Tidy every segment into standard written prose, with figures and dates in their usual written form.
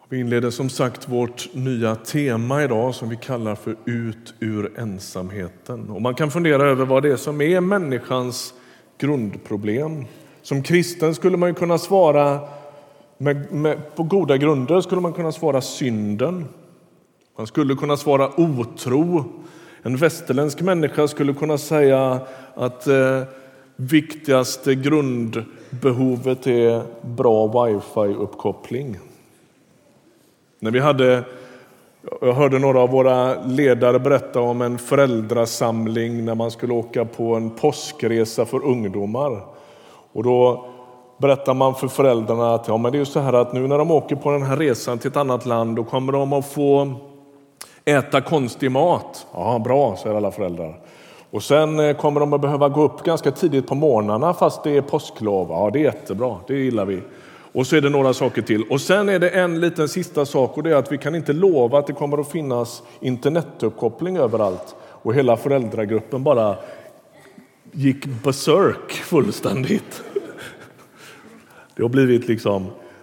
Vi inleder som sagt vårt nya tema idag som vi kallar för Ut ur ensamheten. Och man kan fundera över vad det är som är människans grundproblem. Som kristen skulle man kunna svara på goda grunder skulle man kunna svara synden. Man skulle kunna svara otro. En västerländsk människa skulle kunna säga att viktigaste grundbehovet är bra wifi-uppkoppling. Jag hörde några av våra ledare berätta om en föräldrasamling när man skulle åka på en påskresa för ungdomar. Och då berättar man för föräldrarna att men det är så här att nu när de åker på den här resan till ett annat land då kommer de att få äta konstig mat. Ja, bra, säger alla föräldrar. Och sen kommer de att behöva gå upp ganska tidigt på morgnarna fast det är påsklov. Ja, det är jättebra, det gillar vi. Och så är det några saker till. Och sen är det en liten sista sak och det är att vi kan inte lova att det kommer att finnas internetuppkoppling överallt. Och hela föräldragruppen bara gick berserk fullständigt. Det har blivit liksom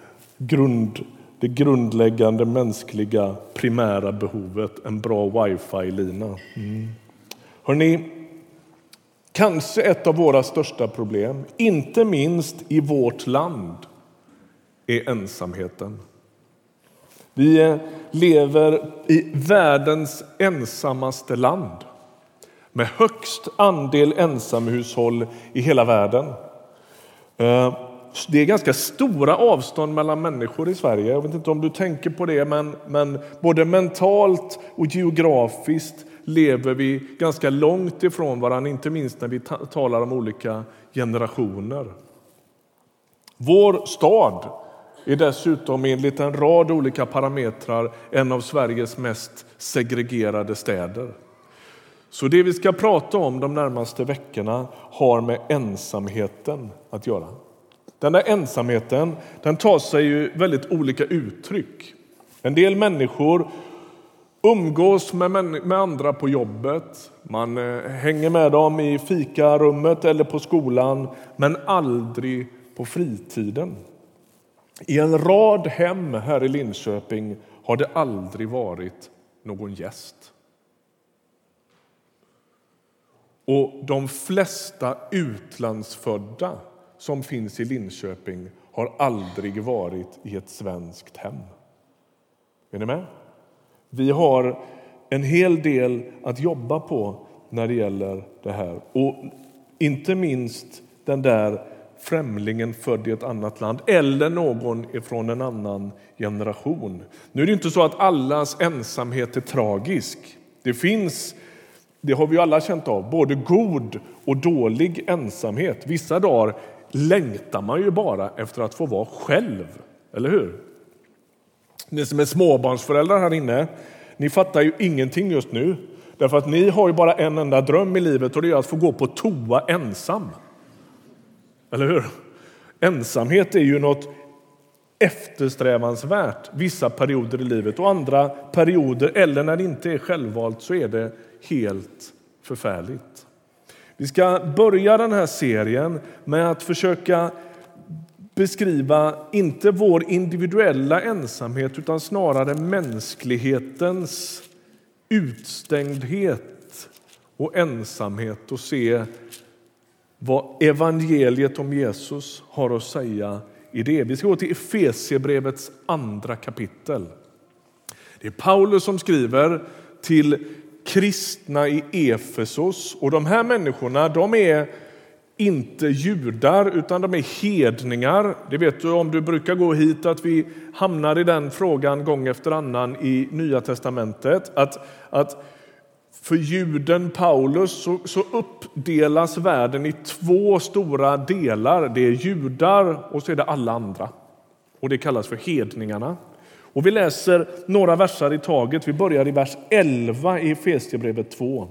det grundläggande mänskliga primära behovet, en bra wifi-lina. Hörrni, kanske ett av våra största problem, inte minst i vårt land, är ensamheten. Vi lever i världens ensammaste land med högst andel ensamhushåll i hela världen. Det är ganska stora avstånd mellan människor i Sverige. Jag vet inte om du tänker på det, men både mentalt och geografiskt lever vi ganska långt ifrån varandra, inte minst när vi talar om olika generationer. Vår stad är dessutom enligt en rad olika parametrar en av Sveriges mest segregerade städer. Så det vi ska prata om de närmaste veckorna har med ensamheten att göra. Den där ensamheten, den tar sig ju väldigt olika uttryck. En del människor umgås med andra på jobbet. Man hänger med dem i fikarummet eller på skolan, men aldrig på fritiden. I en rad hem här i Linköping har det aldrig varit någon gäst. Och de flesta utlandsfödda som finns i Linköping har aldrig varit i ett svenskt hem. Är ni med? Vi har en hel del att jobba på när det gäller det här. Och inte minst den där främlingen född i ett annat land eller någon från en annan generation. Nu är det inte så att allas ensamhet är tragisk. Det har vi alla känt av, både god och dålig ensamhet. Vissa dagar längtar man ju bara efter att få vara själv, eller hur? Ni som är småbarnsföräldrar här inne, ni fattar ju ingenting just nu. Därför att ni har ju bara en enda dröm i livet och det är att få gå på toa ensam. Eller hur? Ensamhet är ju något eftersträvansvärt vissa perioder i livet och andra perioder, eller när det inte är självvalt, så är det helt förfärligt. Vi ska börja den här serien med att försöka beskriva inte vår individuella ensamhet utan snarare mänsklighetens utstängdhet och ensamhet och se vad evangeliet om Jesus har att säga i det. Vi ska gå till Efesierbrevets 2 kapitel. Det är Paulus som skriver till kristna i Efesos. Och de här människorna, de är inte judar utan de är hedningar. Det vet du om du brukar gå hit att vi hamnar i den frågan gång efter annan i Nya testamentet. Att för juden Paulus så uppdelas världen i 2 stora delar. Det är judar och så är det alla andra. Och det kallas för hedningarna. Och vi läser några versar i taget. Vi börjar i vers 11 i Efesierbrevet 2.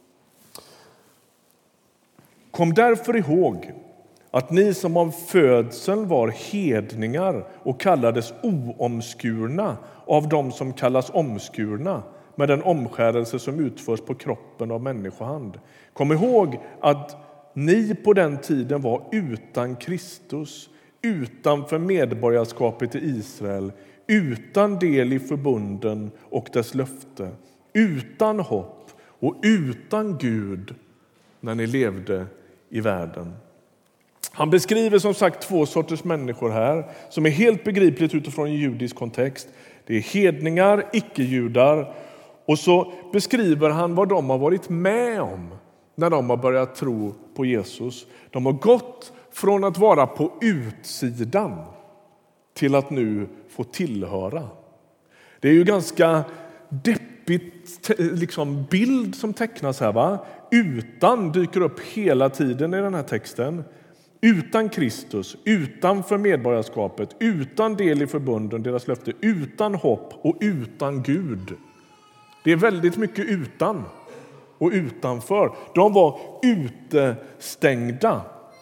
Kom därför ihåg att ni som av födseln var hedningar och kallades oomskurna av dem som kallas omskurna med den omskärelse som utförs på kroppen av människohand. Kom ihåg att ni på den tiden var utan Kristus, utanför medborgarskapet i Israel, utan del i förbunden och dess löfte, utan hopp och utan Gud när ni levde i världen. Han beskriver som sagt två sorters människor här som är helt begripligt utifrån en judisk kontext. Det är hedningar, icke-judar, och så beskriver han vad de har varit med om när de har börjat tro på Jesus. De har gått från att vara på utsidan till att nu få tillhöra. Det är ju ganska deppigt bild som tecknas här, va? Utan dyker upp hela tiden i den här texten. Utan Kristus, utanför medborgarskapet, utan del i förbunden, deras löfte, utan hopp och utan Gud. Det är väldigt mycket utan och utanför. De var utestängda.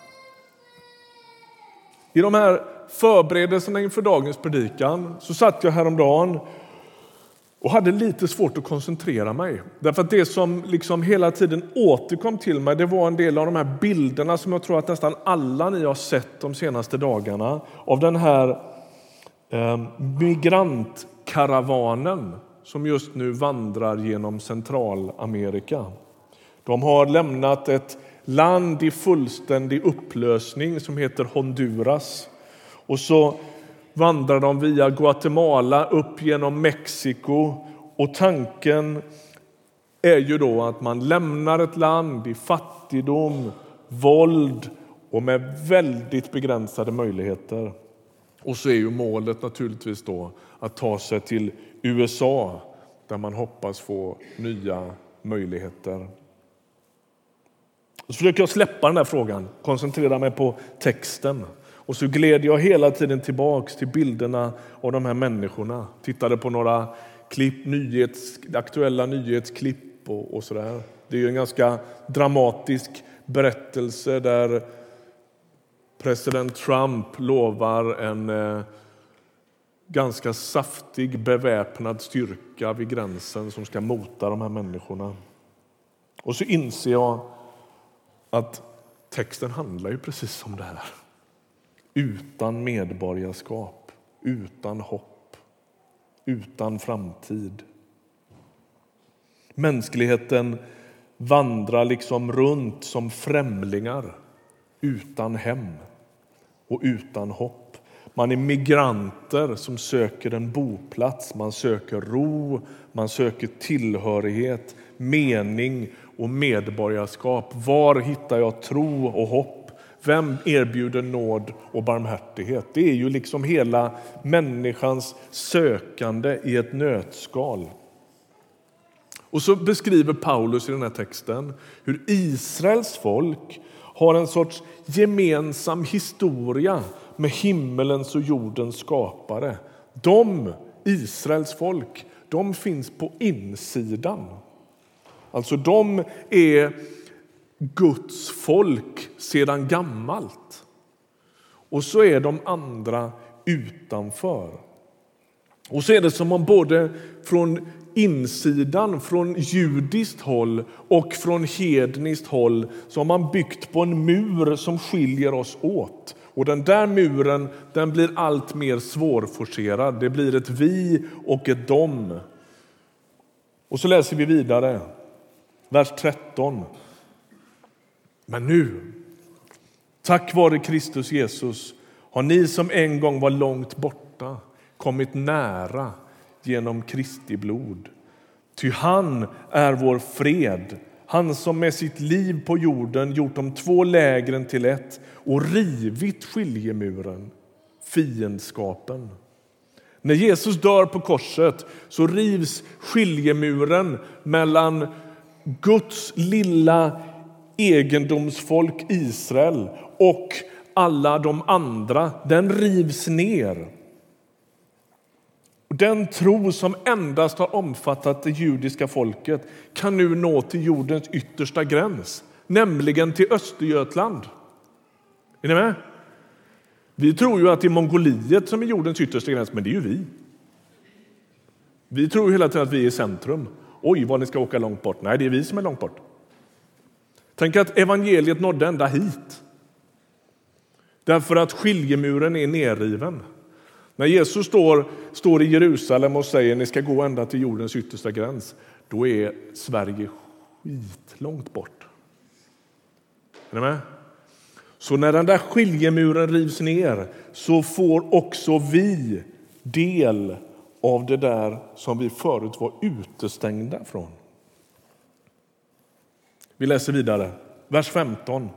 I de här förberedelserna inför dagens predikan så satt jag häromdagen och hade lite svårt att koncentrera mig. Därför att det som hela tiden återkom till mig, det var en del av de här bilderna som jag tror att nästan alla ni har sett de senaste dagarna av den här migrantkaravanen som just nu vandrar genom Centralamerika. De har lämnat ett land i fullständig upplösning som heter Honduras. Och så vandrar de via Guatemala upp genom Mexiko. Och tanken är ju då att man lämnar ett land i fattigdom, våld och med väldigt begränsade möjligheter. Och så är ju målet naturligtvis då att ta sig till USA där man hoppas få nya möjligheter. Så försöker jag släppa den här frågan, koncentrera mig på texten. Och så gled jag hela tiden tillbaks till bilderna av de här människorna. Tittade på några klipp, aktuella nyhetsklipp och sådär. Det är ju en ganska dramatisk berättelse där president Trump lovar en ganska saftig beväpnad styrka vid gränsen som ska mota de här människorna. Och så inser jag att texten handlar ju precis om det här. Utan medborgarskap, utan hopp, utan framtid. Mänskligheten vandrar liksom runt som främlingar, utan hem och utan hopp. Man är migranter som söker en boplats, man söker ro, man söker tillhörighet, mening och medborgarskap. Var hittar jag tro och hopp? Vem erbjuder nåd och barmhärtighet? Det är ju liksom hela människans sökande i ett nötskal. Och så beskriver Paulus i den här texten hur Israels folk har en sorts gemensam historia med himmelens och jordens skapare. Israels folk, de finns på insidan. Alltså de är Guds folk sedan gammalt. Och så är de andra utanför. Och så är det som om både från insidan, från judiskt håll och från hedniskt håll så har man byggt på en mur som skiljer oss åt. Och den där muren, den blir allt mer svårforcerad. Det blir ett vi och ett dom. Och så läser vi vidare. Vers 13. Men nu, tack vare Kristus Jesus, har ni som en gång var långt borta kommit nära genom Kristi blod. Ty han är vår fred, han som med sitt liv på jorden gjort de två lägren till ett och rivit skiljemuren, fiendskapen. När Jesus dör på korset så rivs skiljemuren mellan Guds lilla egendomsfolk Israel och alla de andra. Den rivs ner. Den tro som endast har omfattat det judiska folket kan nu nå till jordens yttersta gräns, nämligen till Östergötland. Är ni med? Vi tror ju att det är Mongoliet som är jordens yttersta gräns, men det är ju vi. Vi tror ju hela tiden att vi är i centrum. Oj, vad ni ska åka långt bort. Nej, det är vi som är långt bort. Tänk att evangeliet nådde ända hit. Därför att skiljemuren är nerriven. När Jesus står i Jerusalem och säger ni ska gå ända till jordens yttersta gräns, då är Sverige skitlångt bort. Är ni med? Så när den där skiljemuren rivs ner så får också vi del av det där som vi förut var utestängda från. Vi läser vidare, vers 15.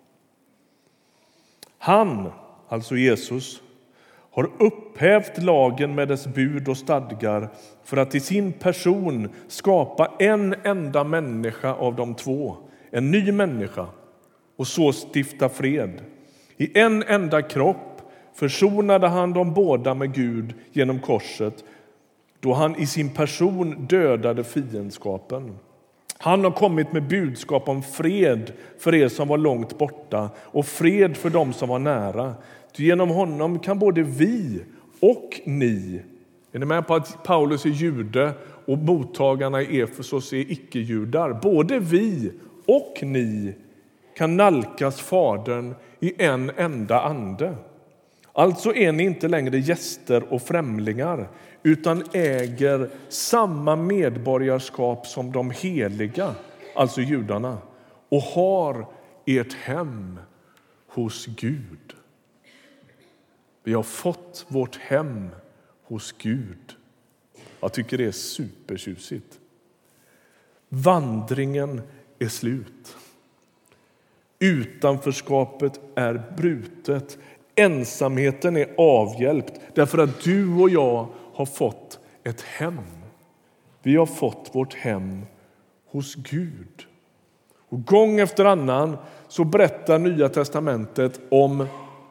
Han, alltså Jesus, har upphävt lagen med dess bud och stadgar för att i sin person skapa en enda människa av de två, en ny människa, och så stifta fred. I en enda kropp försonade han de båda med Gud genom korset, då han i sin person dödade fiendskapen. Han har kommit med budskap om fred för er som var långt borta och fred för dem som var nära. Genom honom kan både vi och ni, är ni med på att Paulus är jude och mottagarna i Efesos är icke-judar, både vi och ni kan nalkas Fadern i en enda ande. Alltså är ni inte längre gäster och främlingar utan äger samma medborgarskap som de heliga, alltså judarna, och har ert hem hos Gud. Vi har fått vårt hem hos Gud. Jag tycker det är supertjusigt. Vandringen är slut. Utanförskapet är brutet. Ensamheten är avhjälpt därför att du och jag har fått ett hem. Vi har fått vårt hem hos Gud. Och gång efter annan så berättar Nya testamentet om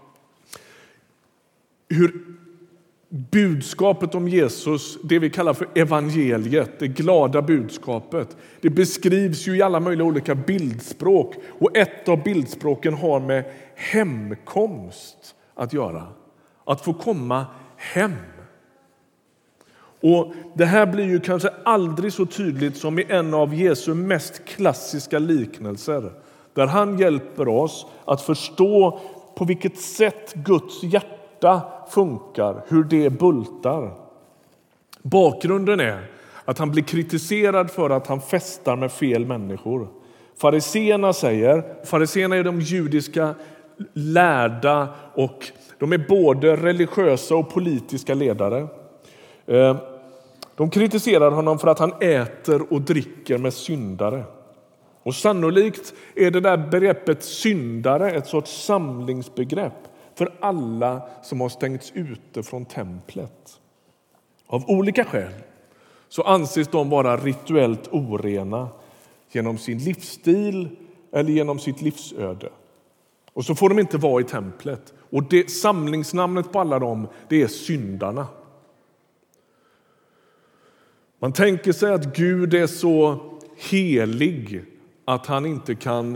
hur budskapet om Jesus, det vi kallar för evangeliet, det glada budskapet, det beskrivs ju i alla möjliga olika bildspråk. Och ett av bildspråken har med hemkomst att göra. Att få komma hem. Och det här blir ju kanske aldrig så tydligt som i en av Jesu mest klassiska liknelser. Där han hjälper oss att förstå på vilket sätt Guds hjärta funkar, hur det bultar. Bakgrunden är att han blir kritiserad för att han festar med fel människor. Fariséerna är de judiska lärda och de är både religiösa och politiska ledare. De kritiserar honom för att han äter och dricker med syndare. Och sannolikt är det där begreppet syndare ett sorts samlingsbegrepp för alla som har stängts ute från templet. Av olika skäl så anses de vara rituellt orena genom sin livsstil eller genom sitt livsöde. Och så får de inte vara i templet. Och det samlingsnamnet på alla dem, det är syndarna. Man tänker sig att Gud är så helig att han inte kan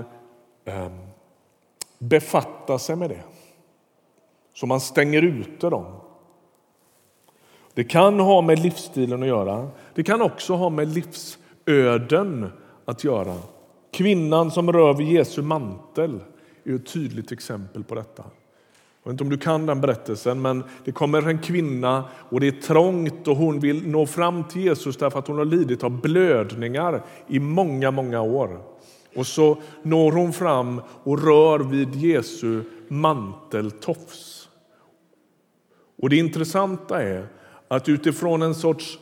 befatta sig med det. Så man stänger ute dem. Det kan ha med livsstilen att göra. Det kan också ha med livsöden att göra. Kvinnan som rör vid Jesu mantel är ett tydligt exempel på detta. Jag vet inte om du kan den berättelsen, men det kommer en kvinna och det är trångt och hon vill nå fram till Jesus därför att hon har lidit av blödningar i många, många år. Och så når hon fram och rör vid Jesu manteltofs. Och det intressanta är att utifrån en sorts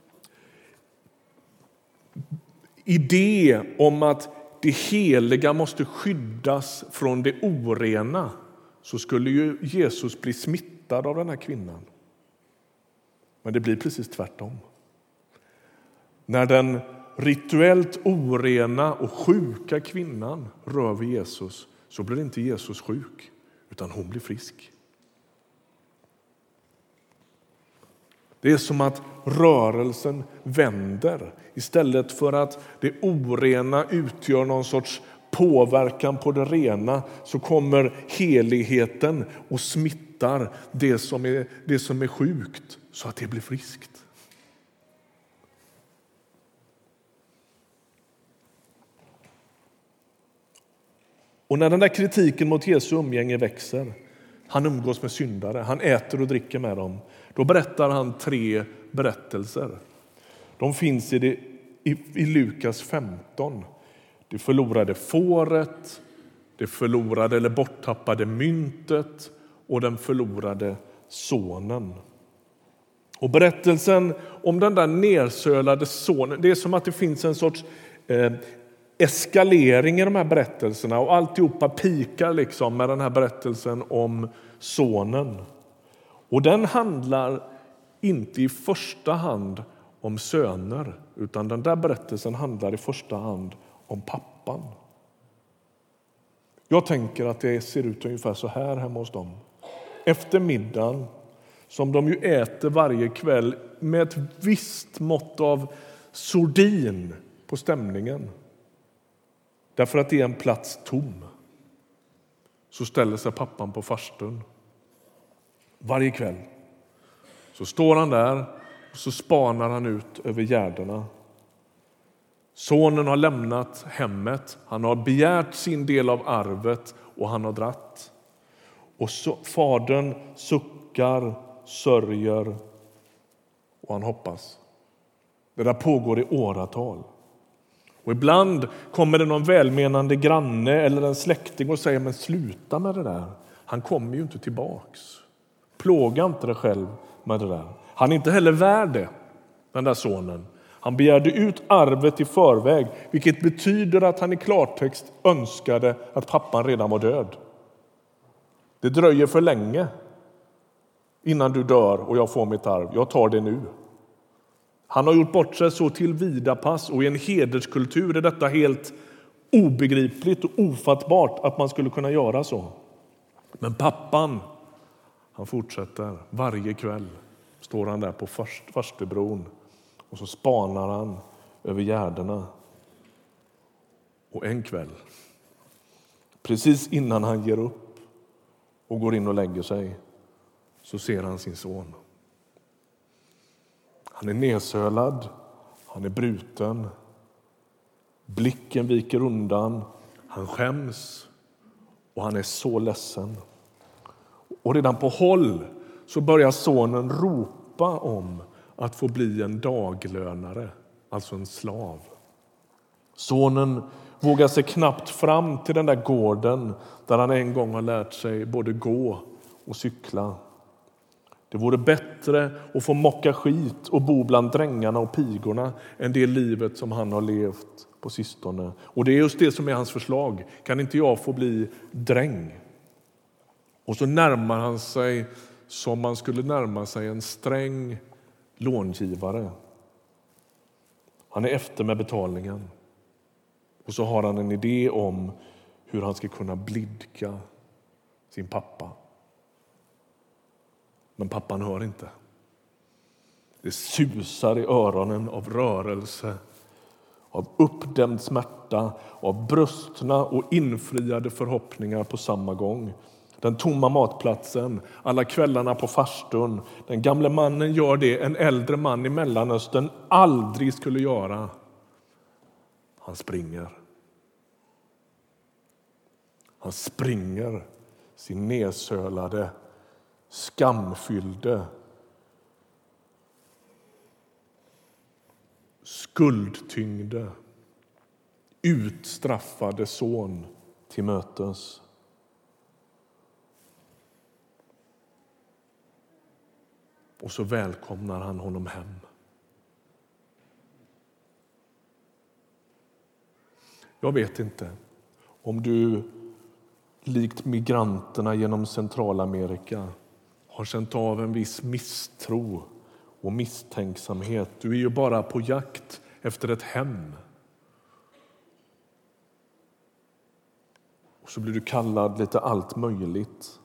idé om att det heliga måste skyddas från det orena, så skulle ju Jesus bli smittad av den här kvinnan. Men det blir precis tvärtom. När den rituellt orena och sjuka kvinnan rör vid Jesus, så blir inte Jesus sjuk, utan hon blir frisk. Det är som att rörelsen vänder. Istället för att det orena utgör någon sorts påverkan på det rena, så kommer heligheten och smittar det som är sjukt, så att det blir friskt. Och när den där kritiken mot Jesu umgänge växer, Han umgås med syndare, han äter och dricker med dem. Då berättar han 3 berättelser. De finns i Lukas 15. Det förlorade fåret, det förlorade eller borttappade myntet och den förlorade sonen. Och berättelsen om den där nersölade sonen, det är som att det finns en sorts eskalering i de här berättelserna, och alltihopa pikar liksom med den här berättelsen om sonen. Och den handlar inte i första hand om söner, utan den där berättelsen handlar i första hand om pappan. Jag tänker att det ser ut ungefär så här hemma hos dem. Efter middagen, som de ju äter varje kväll med ett visst mått av sordin på stämningen, därför att det är en plats tom, så ställer sig pappan på farstun. Varje kväll så står han där och så spanar han ut över gärdena. Sonen har lämnat hemmet, han har begärt sin del av arvet och han har dratt. Och så, fadern suckar, sörjer och han hoppas. Det där pågår i åratal. Och ibland kommer det någon välmenande granne eller en släkting och säger: men sluta med det där. Han kommer ju inte tillbaks. Plåga inte dig själv med det där. Han är inte heller värd det, den där sonen. Han begärde ut arvet i förväg, vilket betyder att han i klartext önskade att pappan redan var död. Det dröjer för länge innan du dör och jag får mitt arv. Jag tar det nu. Han har gjort bort sig så till vida pass, och i en hederskultur är detta helt obegripligt och ofattbart att man skulle kunna göra så. Men pappan, han fortsätter. Varje kväll står han där på farstubron och så spanar han över gärdena. Och en kväll, precis innan han ger upp och går in och lägger sig, så ser han sin son. Han är nedsölad, han är bruten, blicken viker undan, han skäms och han är så ledsen. Och redan på håll så börjar sonen ropa om att få bli en daglönare, alltså en slav. Sonen vågar sig knappt fram till den där gården där han en gång har lärt sig både gå och cykla. Det vore bättre att få mocka skit och bo bland drängarna och pigorna än det livet som han har levt på sistone. Och det är just det som är hans förslag. Kan inte jag få bli dräng? Och så närmar han sig som man skulle närma sig en sträng långivare. Han är efter med betalningen. Och så har han en idé om hur han ska kunna blidka sin pappa. Men pappan hör inte. Det susar i öronen av rörelse, av uppdämd smärta, av bröstna och infriade förhoppningar på samma gång. Den tomma matplatsen, alla kvällarna på farstun. Den gamle mannen gör det en äldre man i Mellanöstern aldrig skulle göra. Han springer. Han springer sin nedsölade, skamfyllde, skuldtyngde, utstraffade son till mötes. Och så välkomnar han honom hem. Jag vet inte om du likt migranterna genom Centralamerika har känt av en viss misstro och misstänksamhet. Du är ju bara på jakt efter ett hem. Och så blir du kallad lite allt möjligt.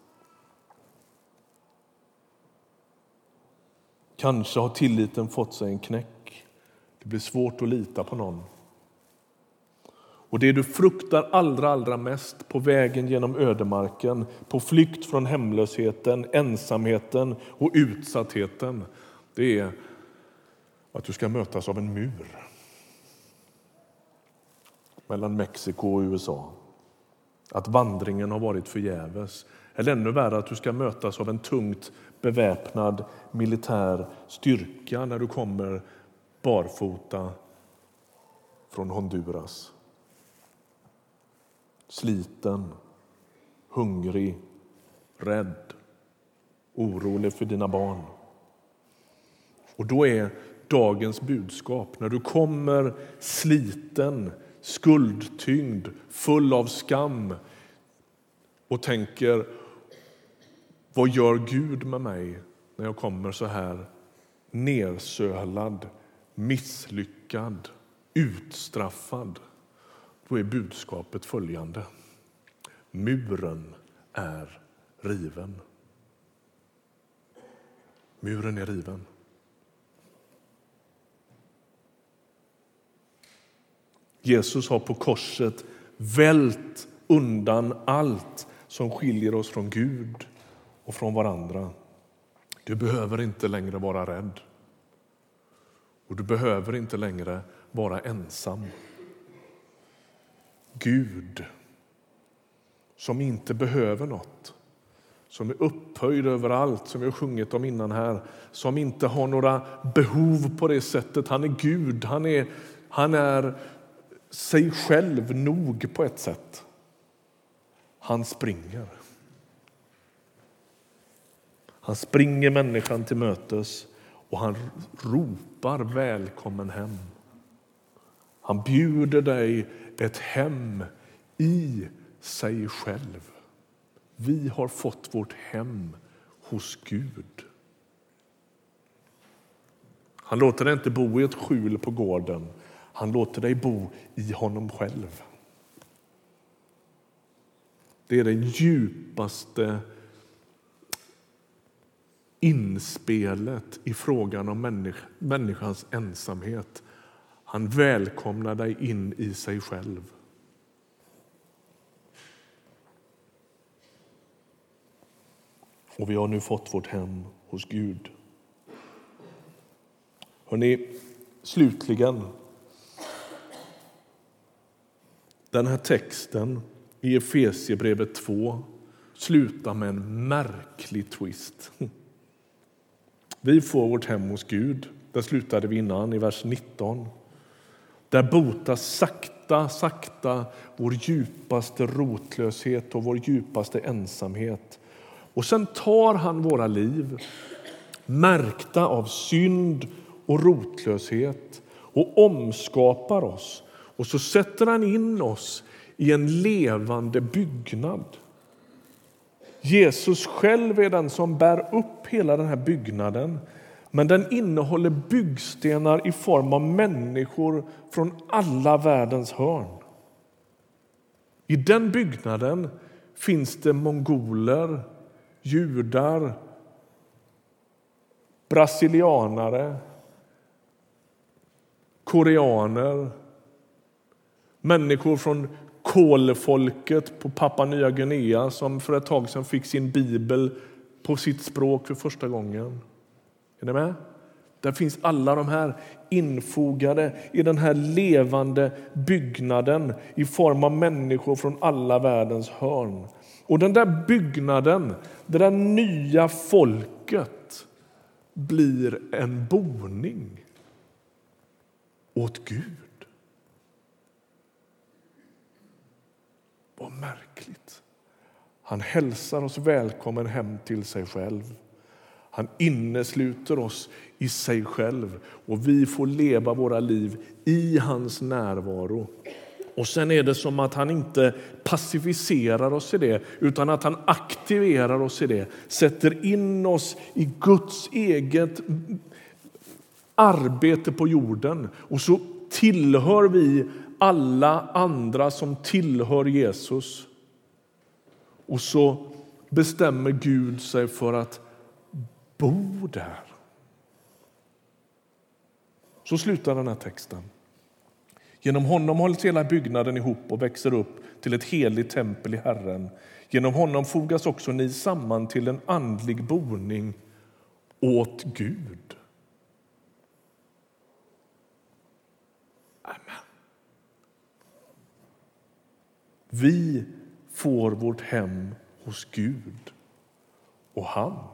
Kanske har tilliten fått sig en knäck. Det blir svårt att lita på någon. Och det du fruktar allra mest på vägen genom ödemarken, på flykt från hemlösheten, ensamheten och utsattheten, det är att du ska mötas av en mur mellan Mexiko och USA. Att vandringen har varit förgäves. Eller ännu värre att du ska mötas av en tungt beväpnad militär styrka när du kommer barfota från Honduras. Sliten, hungrig, rädd, orolig för dina barn. Och då är dagens budskap, när du kommer sliten, skuldtyngd, full av skam och tänker, vad gör Gud med mig när jag kommer så här nersölad, misslyckad, utstraffad? Då är budskapet följande: muren är riven. Muren är riven. Jesus har på korset vält undan allt som skiljer oss från Gud och från varandra. Du behöver inte längre vara rädd. Och du behöver inte längre vara ensam. Gud, som inte behöver något, som är upphöjd över allt, som vi har sjungit om innan här, som inte har några behov på det sättet. Han är Gud, han är sig själv nog på ett sätt. Han springer. Han springer människan till mötes och han ropar välkommen hem. Han bjuder dig ett hem i sig själv. Vi har fått vårt hem hos Gud. Han låter dig inte bo i ett skjul på gården. Han låter dig bo i honom själv. Det är det djupaste inspelet i frågan om människans ensamhet. Han välkomnar dig in i sig själv. Och vi har nu fått vårt hem hos Gud. Hörrni, slutligen. Den här texten i Efesierbrevet 2 slutar med en märklig twist. Vi får vårt hem hos Gud. Där slutade vi innan i vers 19. Där botas sakta vår djupaste rotlöshet och vår djupaste ensamhet. Och sen tar han våra liv, märkta av synd och rotlöshet, och omskapar oss. Och så sätter han in oss i en levande byggnad. Jesus själv är den som bär upp hela den här byggnaden. Men den innehåller byggstenar i form av människor från alla världens hörn. I den byggnaden finns det mongoler, judar, brasilianare, koreaner, människor från kolfolket på Papua Nya Guinea som för ett tag sedan fick sin bibel på sitt språk för första gången. Är ni med? Där finns alla de här infogade i den här levande byggnaden i form av människor från alla världens hörn. Och den där byggnaden, det där nya folket, blir en boning åt Gud. Vad märkligt. Han hälsar oss välkommen hem till sig själv. Han innesluter oss i sig själv och vi får leva våra liv i hans närvaro. Och sen är det som att han inte passiviserar oss i det, utan att han aktiverar oss i det. Sätter in oss i Guds eget arbete på jorden. Och så tillhör vi alla andra som tillhör Jesus. Och så bestämmer Gud sig för att bo där. Så slutar den här texten. Genom honom hålls hela byggnaden ihop och växer upp till ett heligt tempel i Herren. Genom honom fogas också ni samman till en andlig boning åt Gud. Amen. Vi får vårt hem hos Gud. Och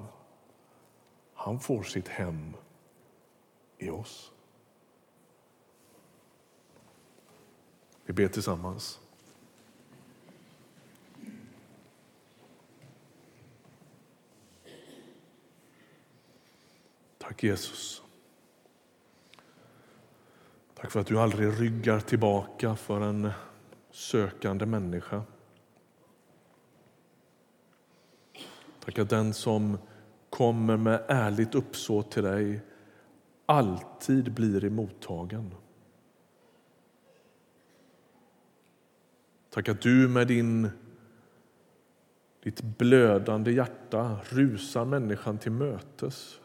han får sitt hem i oss. Vi ber tillsammans. Tack Jesus. Tack för att du aldrig ryggar tillbaka för en sökande människa. Tack att den som kommer med ärligt uppsåt till dig alltid blir emottagen. Tack att du med ditt blödande hjärta rusar människan till mötes.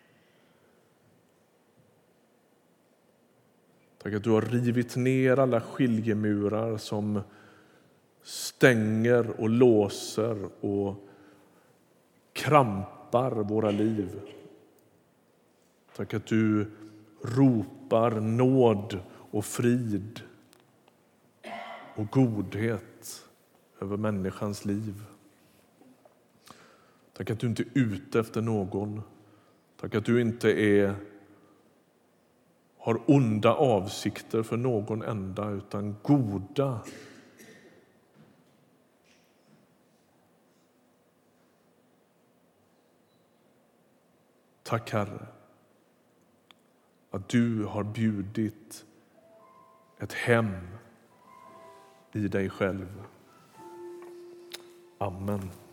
Tack att du har rivit ner alla skiljemurar som stänger och låser och krampar våra liv. Tack att du ropar nåd och frid och godhet över människans liv. Tack att du inte är ute efter någon. Tack att du inte har onda avsikter för någon enda, utan goda. Tack Herre att du har bjudit ett hem i dig själv. Amen.